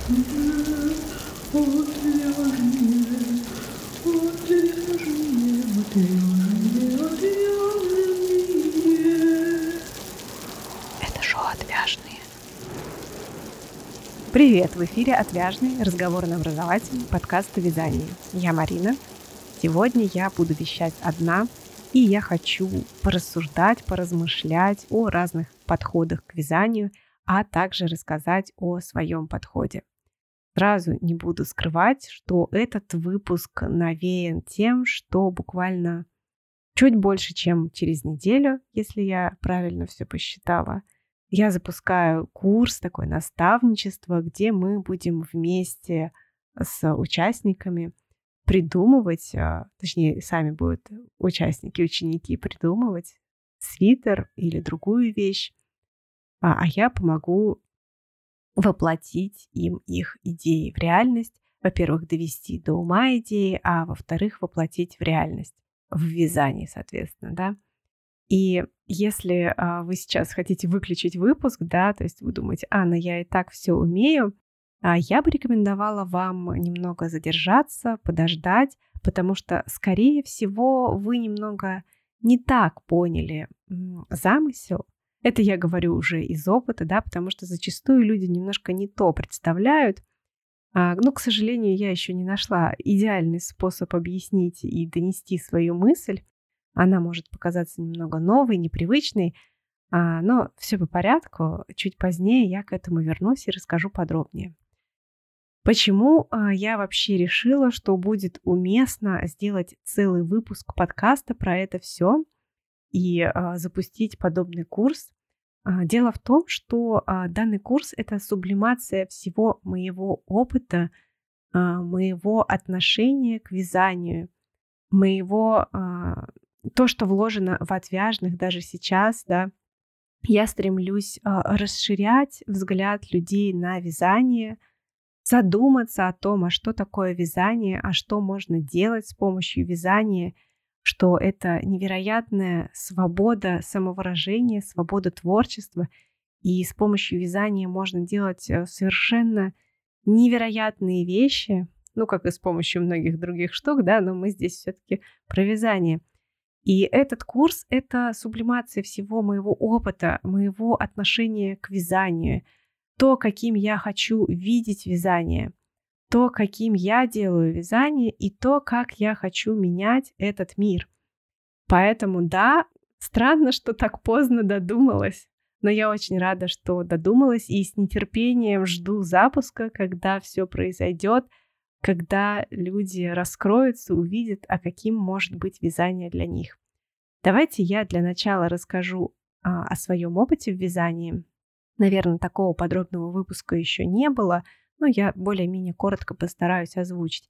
Это шоу «Отвяжные». Привет! В эфире «Отвяжные», разговорно-образовательный подкаст о вязании. Я Марина. Сегодня я буду вещать одна, и я хочу порассуждать, поразмышлять о разных подходах к вязанию, а также рассказать о своем подходе. Сразу не буду скрывать, что этот выпуск навеян тем, что буквально чуть больше, чем через неделю, если я правильно все посчитала, я запускаю курс, такое наставничество, где мы будем вместе с участниками придумывать, точнее, сами будут участники, ученики придумывать свитер или другую вещь, а я помогу воплотить им их идеи в реальность. Во-первых, довести до ума идеи, а во-вторых, воплотить в реальность, в вязании, соответственно, да. И если вы сейчас хотите выключить выпуск, да, то есть вы думаете, ну я и так все умею, я бы рекомендовала вам немного задержаться, подождать, потому что, скорее всего, вы немного не так поняли замысел. Это я говорю уже из опыта, да, потому что зачастую люди немножко не то представляют. Но, к сожалению, я еще не нашла идеальный способ объяснить и донести свою мысль. Она может показаться немного новой, непривычной, но все по порядку. Чуть позднее я к этому вернусь и расскажу подробнее. Почему я вообще решила, что будет уместно сделать целый выпуск подкаста про это все и запустить подобный курс? Дело в том, что данный курс — это сублимация всего моего опыта, моего отношения к вязанию, моего то, что вложено в отвяжных даже сейчас, да. Я стремлюсь расширять взгляд людей на вязание, задуматься о том, что такое вязание, что можно делать с помощью вязания, что это невероятная свобода самовыражения, свобода творчества, и с помощью вязания можно делать совершенно невероятные вещи, как и с помощью многих других штук, да, но мы здесь все-таки про вязание. И этот курс — это сублимация всего моего опыта, моего отношения к вязанию, то, каким я хочу видеть вязание, то, каким я делаю вязание, и то, как я хочу менять этот мир. Поэтому, да, странно, что так поздно додумалась, но я очень рада, что додумалась, и с нетерпением жду запуска, когда все произойдет, когда люди раскроются, увидят, каким может быть вязание для них. Давайте я для начала расскажу о своем опыте в вязании. Наверное, такого подробного выпуска еще не было, но я более-менее коротко постараюсь озвучить.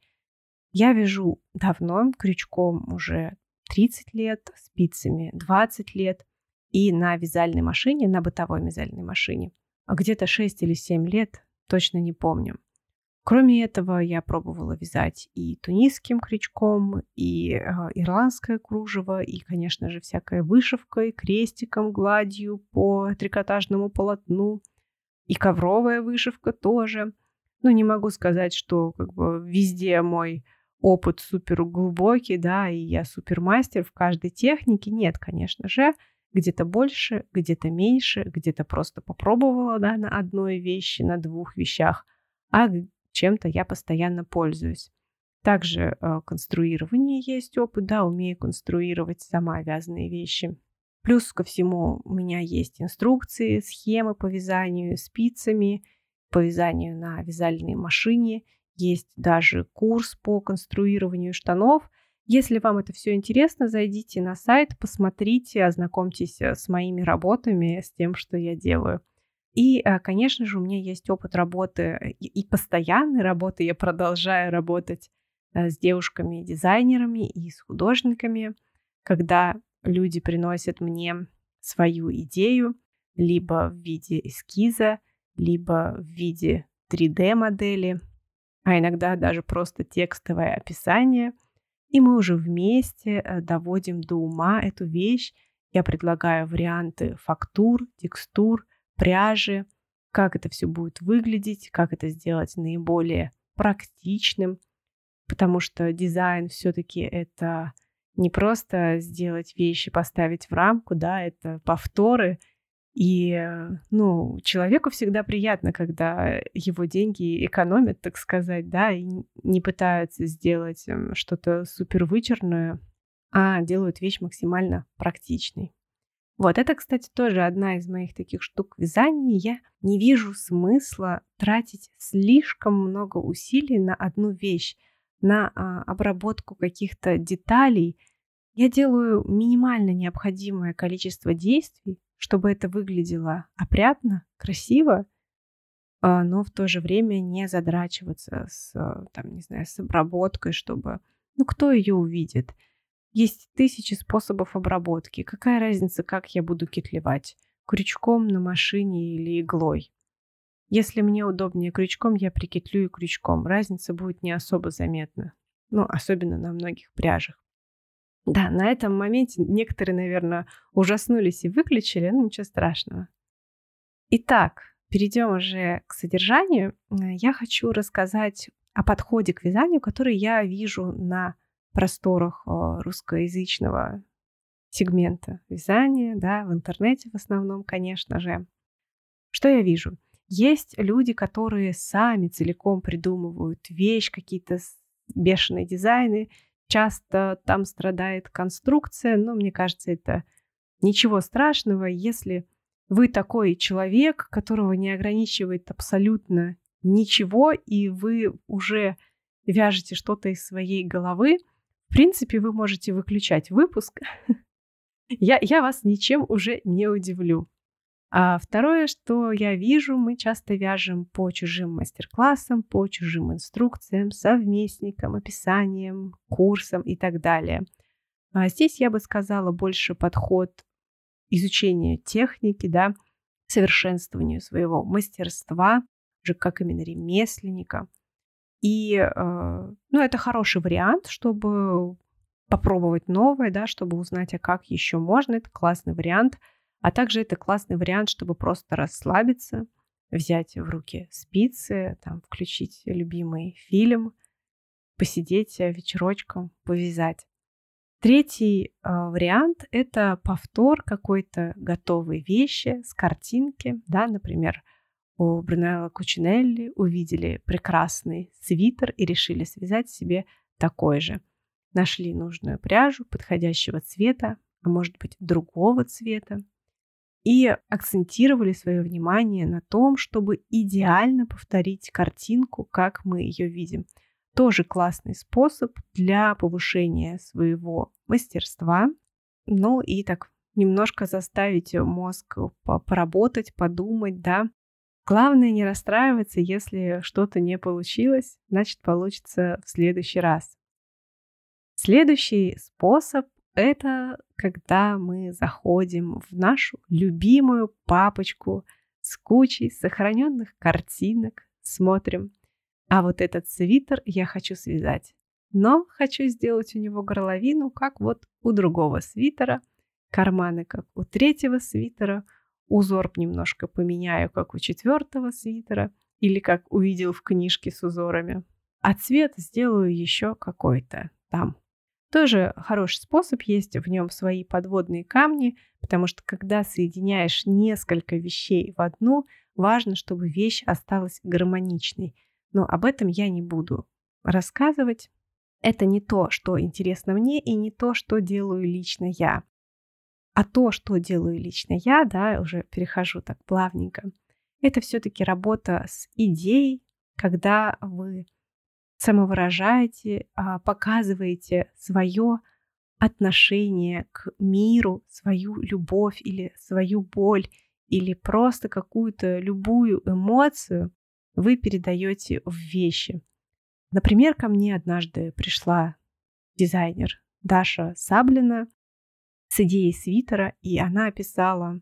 Я вяжу давно, крючком уже 30 лет, спицами 20 лет, и на вязальной машине, на бытовой вязальной машине, где-то 6 или 7 лет, точно не помню. Кроме этого, я пробовала вязать и тунисским крючком, и ирландское кружево, и, конечно же, всякой вышивкой, крестиком, гладью по трикотажному полотну, и ковровая вышивка тоже. Не могу сказать, что везде мой опыт супер глубокий, да, и я супермастер в каждой технике. Нет, конечно же, где-то больше, где-то меньше, где-то просто попробовала, да, на одной вещи, на двух вещах, а чем-то я постоянно пользуюсь. Также конструирование есть опыт, да, умею конструировать сама вязаные вещи. Плюс ко всему у меня есть инструкции, схемы по вязанию спицами, по вязанию на вязальной машине. Есть даже курс по конструированию штанов. Если вам это все интересно, зайдите на сайт, посмотрите, ознакомьтесь с моими работами, с тем, что я делаю. И, конечно же, у меня есть опыт работы и постоянной работы. Я продолжаю работать с девушками-дизайнерами и с художниками, когда люди приносят мне свою идею либо в виде эскиза, либо в виде 3D-модели, а иногда даже просто текстовое описание. И мы уже вместе доводим до ума эту вещь. Я предлагаю варианты фактур, текстур, пряжи, как это все будет выглядеть, как это сделать наиболее практичным, потому что дизайн все-таки это не просто сделать вещи, поставить в рамку, да, это повторы. И, человеку всегда приятно, когда его деньги экономят, так сказать, да, и не пытаются сделать что-то супер вычурное, а делают вещь максимально практичной. Вот это, кстати, тоже одна из моих таких штук вязания. Я не вижу смысла тратить слишком много усилий на одну вещь, на обработку каких-то деталей. Я делаю минимально необходимое количество действий, чтобы это выглядело опрятно, красиво, но в то же время не задрачиваться с обработкой, чтобы... кто ее увидит? Есть тысячи способов обработки. Какая разница, как я буду кетлевать? Крючком на машине или иглой? Если мне удобнее крючком, я прикетлю и крючком. Разница будет не особо заметна. Особенно на многих пряжах. Да, на этом моменте некоторые, наверное, ужаснулись и выключили, но ничего страшного. Итак, перейдем уже к содержанию. Я хочу рассказать о подходе к вязанию, который я вижу на просторах русскоязычного сегмента вязания, да, в интернете в основном, конечно же. Что я вижу? Есть люди, которые сами целиком придумывают вещь, какие-то бешеные дизайны. Часто там страдает конструкция, но мне кажется, это ничего страшного, если вы такой человек, которого не ограничивает абсолютно ничего, и вы уже вяжете что-то из своей головы. В принципе, вы можете выключать выпуск. Я вас ничем уже не удивлю. А второе, что я вижу, мы часто вяжем по чужим мастер-классам, по чужим инструкциям, совместникам, описаниям, курсам и так далее. А здесь я бы сказала больше подход изучения техники, да, совершенствованию своего мастерства, уже как именно ремесленника. И это хороший вариант, чтобы попробовать новое, да, чтобы узнать, а как еще можно. Это классный вариант. А также это классный вариант, чтобы просто расслабиться, взять в руки спицы, включить любимый фильм, посидеть вечерочком, повязать. Третий вариант – это повтор какой-то готовой вещи с картинки. Да, например, у Брунелло Кучинелли увидели прекрасный свитер и решили связать себе такой же. Нашли нужную пряжу подходящего цвета, а может быть другого цвета, и акцентировали свое внимание на том, чтобы идеально повторить картинку, как мы ее видим. Тоже классный способ для повышения своего мастерства. И так немножко заставить мозг поработать, подумать, да. Главное не расстраиваться, если что-то не получилось, значит, получится в следующий раз. Следующий способ – это когда мы заходим в нашу любимую папочку с кучей сохраненных картинок, смотрим. А вот этот свитер я хочу связать. Но хочу сделать у него горловину, как вот у другого свитера, карманы, как у третьего свитера, узор немножко поменяю, как у четвертого свитера, или как увидел в книжке с узорами. А цвет сделаю еще какой-то там. Тоже хороший способ, есть в нем свои подводные камни, потому что когда соединяешь несколько вещей в одну, важно, чтобы вещь осталась гармоничной. Но об этом я не буду рассказывать. Это не то, что интересно мне, и не то, что делаю лично я. А то, что делаю лично я, да, уже перехожу так плавненько, это все-таки работа с идеей, когда вы самовыражаете, показываете свое отношение к миру, свою любовь или свою боль, или просто какую-то любую эмоцию вы передаете в вещи. Например, ко мне однажды пришла дизайнер Даша Саблина с идеей свитера, и она описала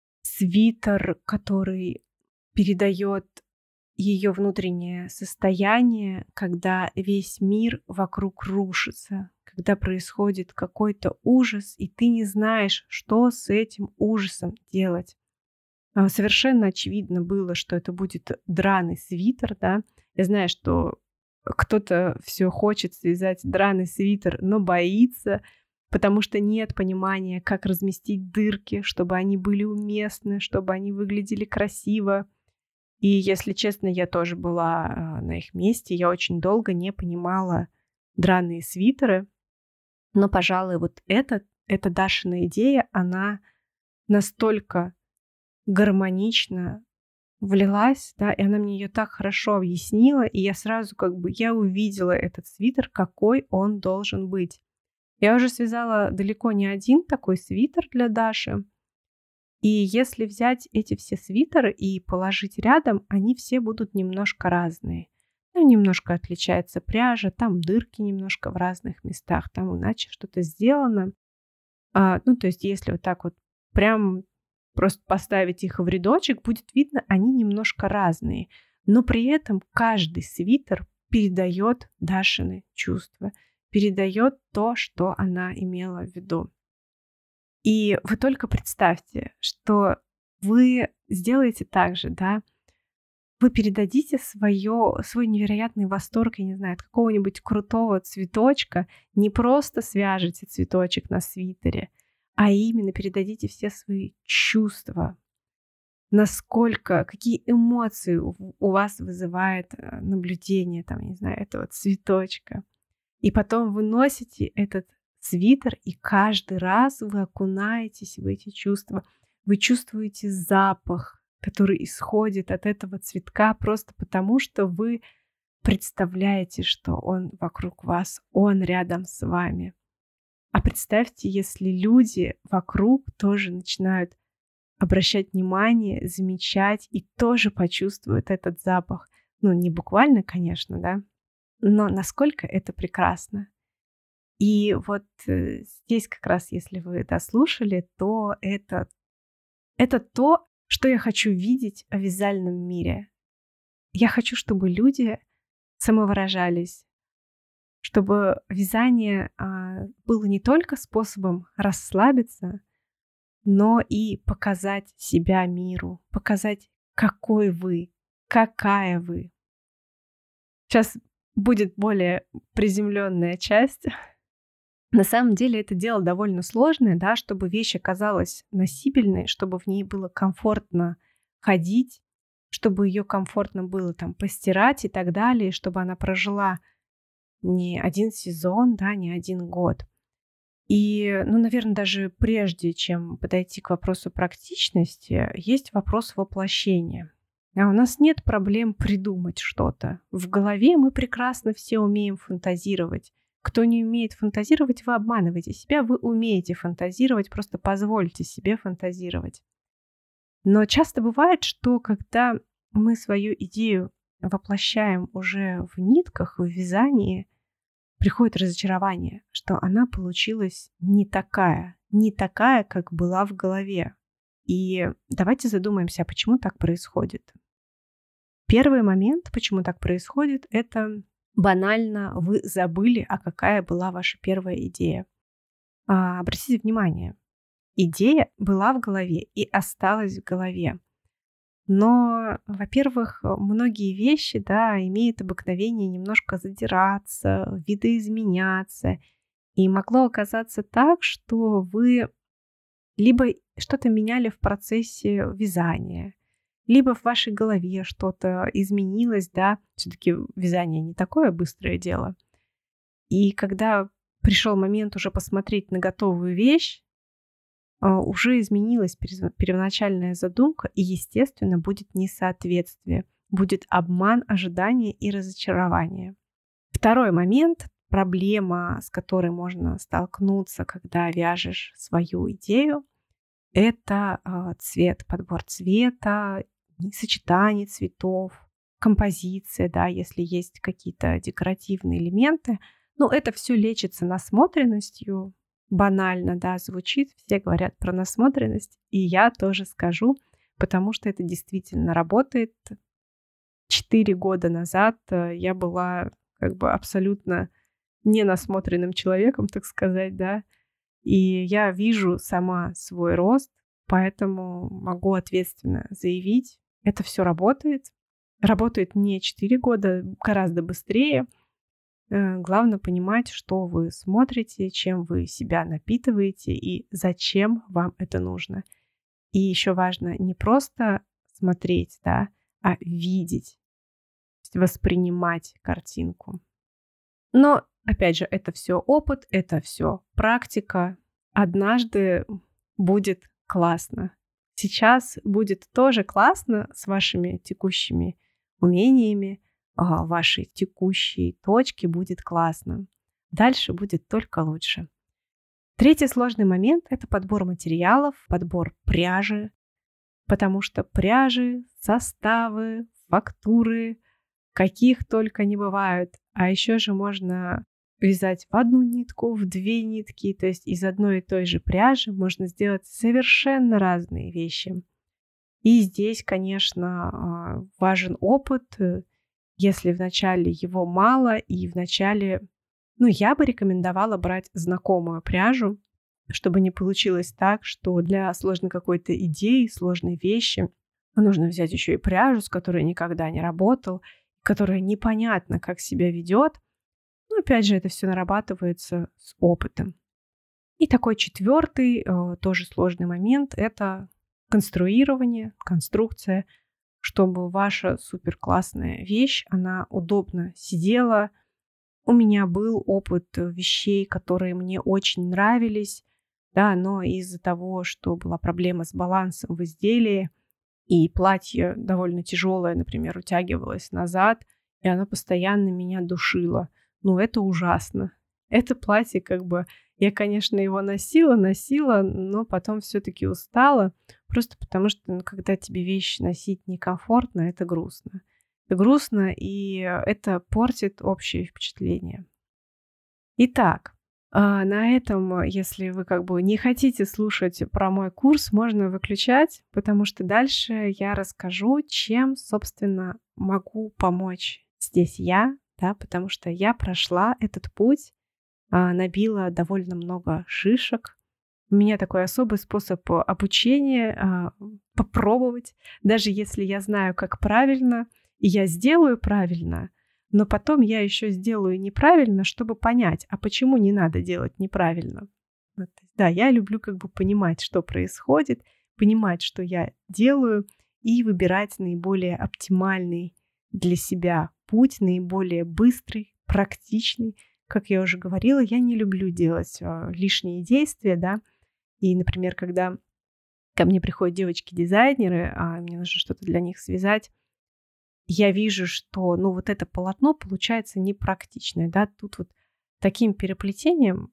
свитер, который передает ее внутреннее состояние, когда весь мир вокруг рушится, когда происходит какой-то ужас, и ты не знаешь, что с этим ужасом делать. Совершенно очевидно было, что это будет драный свитер, да. Я знаю, что кто-то все хочет связать драный свитер, но боится, потому что нет понимания, как разместить дырки, чтобы они были уместны, чтобы они выглядели красиво. И, если честно, я тоже была на их месте. Я очень долго не понимала драные свитеры. Но, пожалуй, вот эта Дашина идея, она настолько гармонично влилась, да, и она мне ее так хорошо объяснила, и я сразу я увидела этот свитер, какой он должен быть. Я уже связала далеко не один такой свитер для Даши. И если взять эти все свитеры и положить рядом, они все будут немножко разные. Ну, немножко отличается пряжа, там дырки немножко в разных местах, там иначе что-то сделано. То есть, если вот так вот прям просто поставить их в рядочек, будет видно, они немножко разные. Но при этом каждый свитер передает Дашины чувства, передает то, что она имела в виду. И вы только представьте, что вы сделаете так же, да, вы передадите свой невероятный восторг, я не знаю, от какого-нибудь крутого цветочка, не просто свяжете цветочек на свитере, а именно передадите все свои чувства, какие эмоции у вас вызывает наблюдение, там, не знаю, этого цветочка. И потом вы носите этот свитер, и каждый раз вы окунаетесь в эти чувства. Вы чувствуете запах, который исходит от этого цветка просто потому, что вы представляете, что он вокруг вас, он рядом с вами. А представьте, если люди вокруг тоже начинают обращать внимание, замечать и тоже почувствуют этот запах. Ну, не буквально, конечно, да, но насколько это прекрасно. И вот здесь как раз, если вы дослушали, то это то, что я хочу видеть в вязальном мире. Я хочу, чтобы люди самовыражались, чтобы вязание было не только способом расслабиться, но и показать себя миру, показать, какой вы, какая вы. Сейчас будет более приземленная часть. На самом деле это дело довольно сложное, да, чтобы вещь оказалась носибельной, чтобы в ней было комфортно ходить, чтобы ее комфортно было там постирать и так далее, чтобы она прожила не один сезон, да, не один год. И, наверное, даже прежде, чем подойти к вопросу практичности, есть вопрос воплощения. А у нас нет проблем придумать что-то. В голове мы прекрасно все умеем фантазировать. Кто не умеет фантазировать, вы обманываете себя, вы умеете фантазировать, просто позвольте себе фантазировать. Но часто бывает, что когда мы свою идею воплощаем уже в нитках, в вязании, приходит разочарование, что она получилась не такая, как была в голове. И давайте задумаемся, а почему так происходит. Первый момент, почему так происходит, это банально вы забыли, а какая была ваша первая идея. Обратите внимание, идея была в голове и осталась в голове. Но, во-первых, многие вещи, да, имеют обыкновение немножко задираться, видоизменяться. И могло оказаться так, что вы либо что-то меняли в процессе вязания, либо в вашей голове что-то изменилось, да. Все-таки вязание не такое быстрое дело. И когда пришел момент уже посмотреть на готовую вещь, уже изменилась первоначальная задумка, и, естественно, будет несоответствие, будет обман ожидания и разочарование. Второй момент, проблема, с которой можно столкнуться, когда вяжешь свою идею, это цвет, подбор цвета, сочетание цветов, композиция, да, если есть какие-то декоративные элементы. Это все лечится насмотренностью. Банально, да, звучит. Все говорят про насмотренность. И я тоже скажу, потому что это действительно работает. 4 года назад я была абсолютно ненасмотренным человеком, так сказать, да. И я вижу сама свой рост. поэтому могу ответственно заявить, это все работает. Работает не 4 года, гораздо быстрее. Главное понимать, что вы смотрите, чем вы себя напитываете и зачем вам это нужно. И еще важно не просто смотреть, да, а видеть, то есть воспринимать картинку. Но, опять же, это все опыт, это все практика. Однажды будет классно. Сейчас будет тоже классно с вашими текущими умениями, в вашей текущей точке будет классно. Дальше будет только лучше. Третий сложный момент — это подбор материалов, подбор пряжи, потому что пряжи, составы, фактуры, каких только не бывают. А еще же можно вязать в одну нитку, в две нитки, то есть из одной и той же пряжи можно сделать совершенно разные вещи. И здесь, конечно, важен опыт, если вначале его мало, и вначале, я бы рекомендовала брать знакомую пряжу, чтобы не получилось так, что для сложной какой-то идеи, сложной вещи нужно взять еще и пряжу, с которой никогда не работал, которая непонятно, как себя ведет. Но опять же, это все нарабатывается с опытом. И такой четвертый, тоже сложный момент — это конструирование, конструкция, чтобы ваша суперклассная вещь, она удобно сидела. У меня был опыт вещей, которые мне очень нравились, да, но из-за того, что была проблема с балансом в изделии, и платье довольно тяжелое, например, утягивалось назад, и оно постоянно меня душило. Это ужасно. Это платье я, конечно, его носила, но потом все-таки устала, просто потому что, когда тебе вещь носить некомфортно, это грустно. Это грустно, и это портит общее впечатление. Итак, на этом, если вы не хотите слушать про мой курс, можно выключать, потому что дальше я расскажу, чем, собственно, могу помочь здесь я, да, потому что я прошла этот путь, набила довольно много шишек. У меня такой особый способ обучения попробовать, даже если я знаю, как правильно, и я сделаю правильно, но потом я еще сделаю неправильно, чтобы понять, а почему не надо делать неправильно. Да, я люблю понимать, что происходит, понимать, что я делаю, и выбирать наиболее оптимальный для себя путь, наиболее быстрый, практичный. Как я уже говорила, я не люблю делать лишние действия, да. И, например, когда ко мне приходят девочки-дизайнеры, а мне нужно что-то для них связать, я вижу, что, это полотно получается непрактичное, да. Тут таким переплетением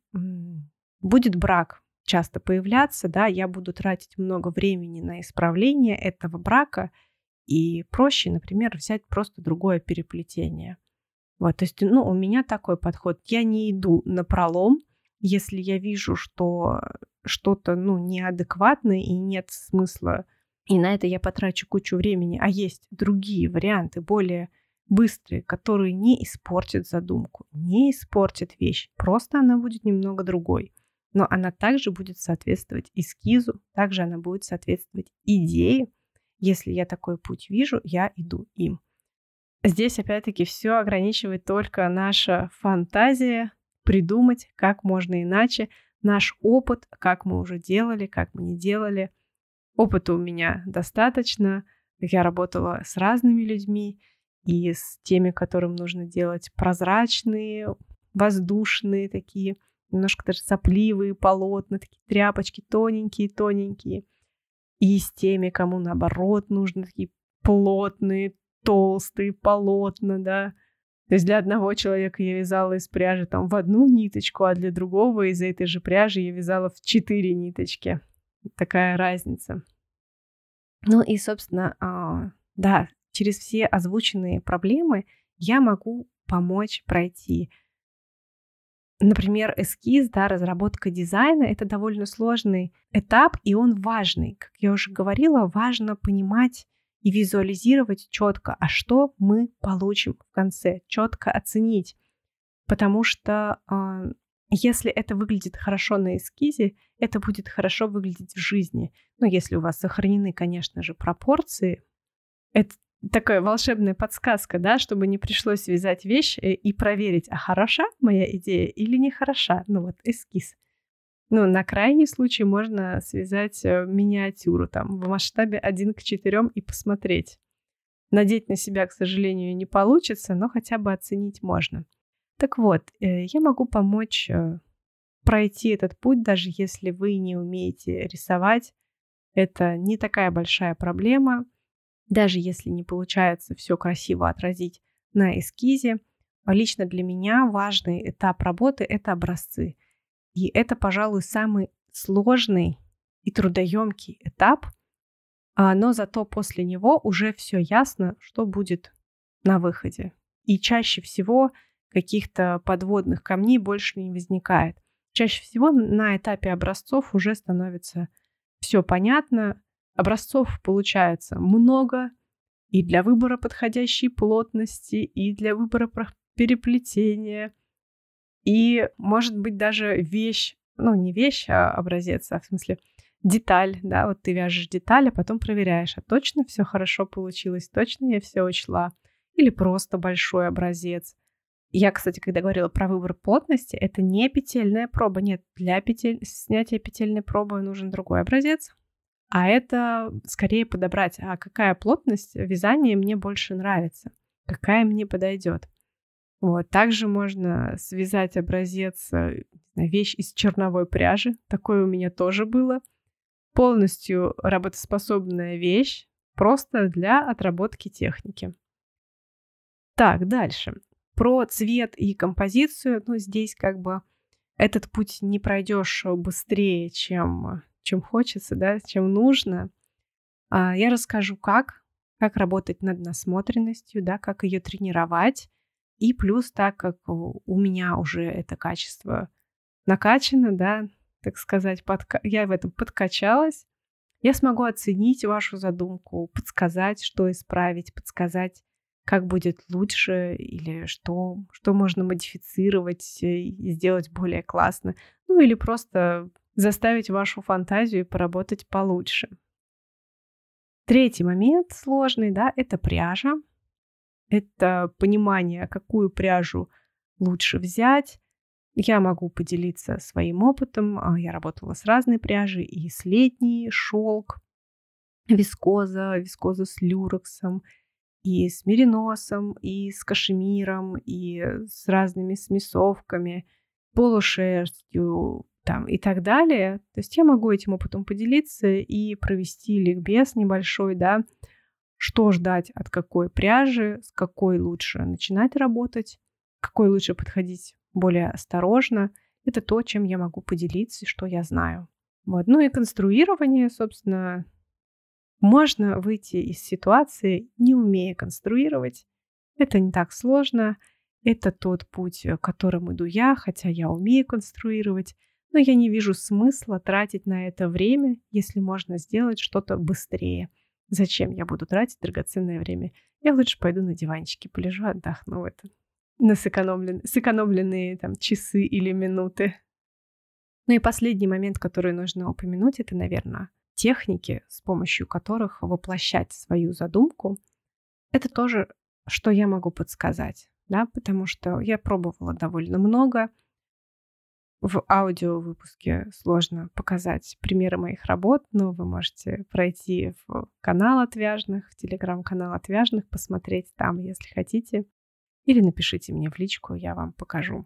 будет брак часто появляться, да. Я буду тратить много времени на исправление этого брака, и проще, например, взять просто другое переплетение. То есть, у меня такой подход. Я не иду напролом, если я вижу, что что-то, неадекватное и нет смысла, и на это я потрачу кучу времени, а есть другие варианты, более быстрые, которые не испортят задумку, не испортят вещь, просто она будет немного другой. Но она также будет соответствовать эскизу, также она будет соответствовать идее. Если я такой путь вижу, я иду им. Здесь, опять-таки, все ограничивает только наша фантазия придумать, как можно иначе, наш опыт, как мы уже делали, как мы не делали. Опыта у меня достаточно. Я работала с разными людьми, и с теми, которым нужно делать прозрачные, воздушные такие, немножко даже сопливые полотна, такие тряпочки тоненькие-тоненькие. И с теми, кому, наоборот, нужны такие плотные, толстые полотна, да. То есть для одного человека я вязала из пряжи в одну ниточку, а для другого из этой же пряжи я вязала в 4 ниточки. Такая разница. И, собственно, да, через все озвученные проблемы я могу помочь пройти. Например, эскиз, да, разработка дизайна — это довольно сложный этап, и он важный. Как я уже говорила, важно понимать и визуализировать четко, а что мы получим в конце, четко оценить. Потому что Если это выглядит хорошо на эскизе, это будет хорошо выглядеть в жизни. Ну, если у вас сохранены, конечно же, пропорции. Это такая волшебная подсказка, да, чтобы не пришлось вязать вещь и проверить, а хороша моя идея или не хороша. Ну вот эскиз. Ну, на крайний случай можно связать миниатюру там в масштабе 1:4 и посмотреть. Надеть на себя, к сожалению, не получится, но хотя бы оценить можно. Так вот, я могу помочь пройти этот путь, даже если вы не умеете рисовать. Это не такая большая проблема. Даже если не получается все красиво отразить на эскизе, лично для меня важный этап работы — это образцы. И это, пожалуй, самый сложный и трудоемкий этап, но зато после него уже все ясно, что будет на выходе. И чаще всего каких-то подводных камней больше не возникает. Чаще всего на этапе образцов уже становится все понятно. Образцов получается много и для выбора подходящей плотности, и для выбора переплетения, и, может быть, даже вещь, ну, не вещь, а образец, а в смысле деталь, да, вот ты вяжешь деталь, а потом проверяешь, а точно все хорошо получилось, точно я все учла, или просто большой образец. Я, кстати, когда говорила про выбор плотности, это не петельная проба, нет, для снятия петельной пробы нужен другой образец, а это скорее подобрать, а какая плотность вязания мне больше нравится, какая мне подойдет. Вот. Также можно связать образец, вещь из черновой пряжи. Такое у меня тоже было. Полностью работоспособная вещь, просто для отработки техники. Так, дальше. Про цвет и композицию. Ну, здесь как бы этот путь не пройдешь быстрее, чем хочется, да, чем нужно. Я расскажу, как работать над насмотренностью, да, как ее тренировать. И плюс, так как у меня уже это качество накачано, да, так сказать, я в этом подкачалась, я смогу оценить вашу задумку, подсказать, что исправить, подсказать, как будет лучше или что можно модифицировать и сделать более классно. Ну или просто заставить вашу фантазию поработать получше. Третий момент сложный, да, это пряжа. Это понимание, какую пряжу лучше взять. Я могу поделиться своим опытом. Я работала с разной пряжей, и с летней, шелк, вискоза с люрексом, и с мериносом, и с кашемиром, и с разными смесовками, полушерстью там, и так далее. То есть я могу этим опытом поделиться и провести ликбез небольшой, да, что ждать от какой пряжи, с какой лучше начинать работать, какой лучше подходить более осторожно. Это то, чем я могу поделиться, что я знаю. Вот. Ну и конструирование, собственно, можно выйти из ситуации, не умея конструировать. Это не так сложно. Это тот путь, которым иду я, хотя я умею конструировать. Но я не вижу смысла тратить на это время, если можно сделать что-то быстрее. Зачем я буду тратить драгоценное время? Я лучше пойду на диванчике, полежу, отдохну на сэкономленные там часы или минуты. Ну и последний момент, который нужно упомянуть, это, наверное, техники, с помощью которых воплощать свою задумку. Это тоже, что я могу подсказать, да, потому что я пробовала довольно много. В аудиовыпуске сложно показать примеры моих работ, но вы можете пройти в канал Отвяжных, в телеграм-канал Отвяжных, посмотреть там, если хотите. Или напишите мне в личку, я вам покажу.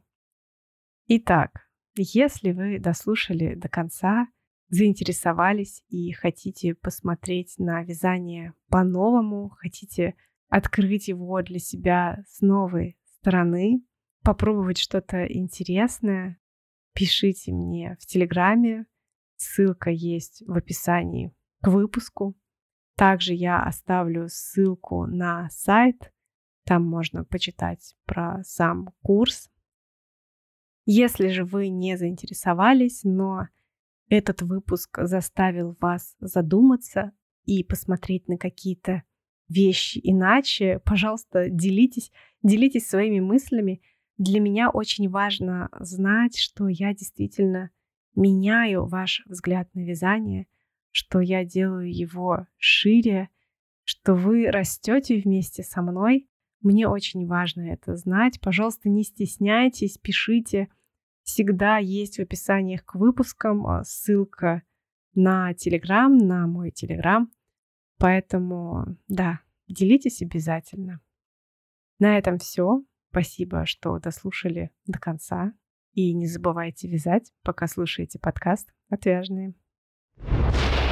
Итак, если вы дослушали до конца, заинтересовались и хотите посмотреть на вязание по-новому, хотите открыть его для себя с новой стороны, попробовать что-то интересное, пишите мне в Телеграме. Ссылка есть в описании к выпуску. Также я оставлю ссылку на сайт. Там можно почитать про сам курс. Если же вы не заинтересовались, но этот выпуск заставил вас задуматься и посмотреть на какие-то вещи иначе, пожалуйста, делитесь своими мыслями. Для меня очень важно знать, что я действительно меняю ваш взгляд на вязание, что я делаю его шире, что вы растете вместе со мной. Мне очень важно это знать. Пожалуйста, не стесняйтесь, пишите. Всегда есть в описаниях к выпускам ссылка на Телеграм, на мой Телеграм. Поэтому, да, делитесь обязательно. На этом все. Спасибо, что дослушали до конца. И не забывайте вязать, пока слушаете подкаст «Отвяжные».